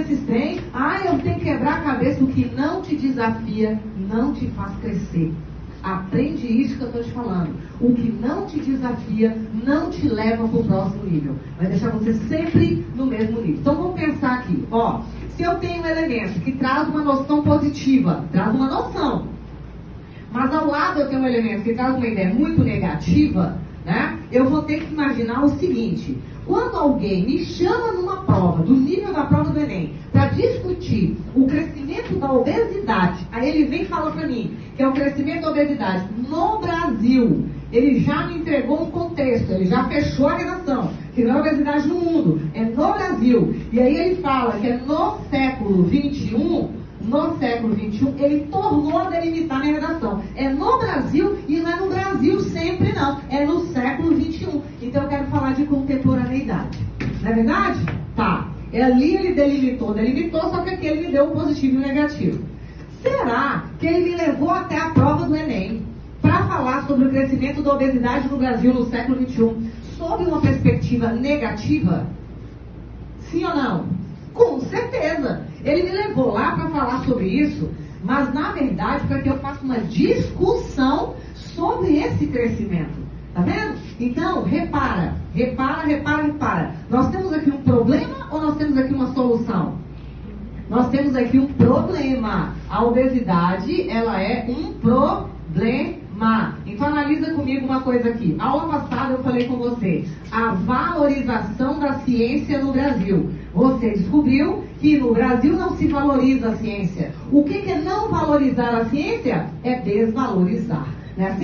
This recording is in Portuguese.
esses trem, eu tenho que quebrar a cabeça. O que não te desafia, não te faz crescer. Aprende isso que eu estou te falando. O que não te desafia, não te leva para o próximo nível. Vai deixar você sempre no mesmo nível. Então vamos pensar aqui. Ó, se eu tenho um elemento que traz uma noção positiva, traz uma noção, mas ao lado eu tenho um elemento que traz uma ideia muito negativa, né? Eu vou ter que imaginar o seguinte: quando alguém me chama numa prova, do nível da prova do Enem, para discutir o crescimento da obesidade, aí ele vem e fala para mim que é o crescimento da obesidade no Brasil, ele já me entregou um contexto, ele já fechou a redação, que não é obesidade no mundo, é no Brasil. E aí ele fala que é no século XXI, ele tornou a delimitar minha redação. É no Brasil e não é no Brasil sempre não. É no século XXI. Então eu quero falar de contemporaneidade. Não é verdade? Tá. Ali ele delimitou, só que aqui ele me deu um positivo e um negativo. Será que ele me levou até a prova do Enem para falar sobre o crescimento da obesidade no Brasil no século XXI sob uma perspectiva negativa? Sim ou não? Com certeza. Ele me levou lá para falar sobre isso, mas na verdade para que eu faça uma discussão sobre esse crescimento. Tá vendo? Então, repara. Nós temos aqui um problema ou nós temos aqui uma solução? Nós temos aqui um problema. A obesidade, ela é um problema. Então analisa comigo uma coisa aqui. A aula passada eu falei com você a valorização da ciência no Brasil. Você descobriu que no Brasil não se valoriza a ciência. O que é não valorizar a ciência? É desvalorizar. Né?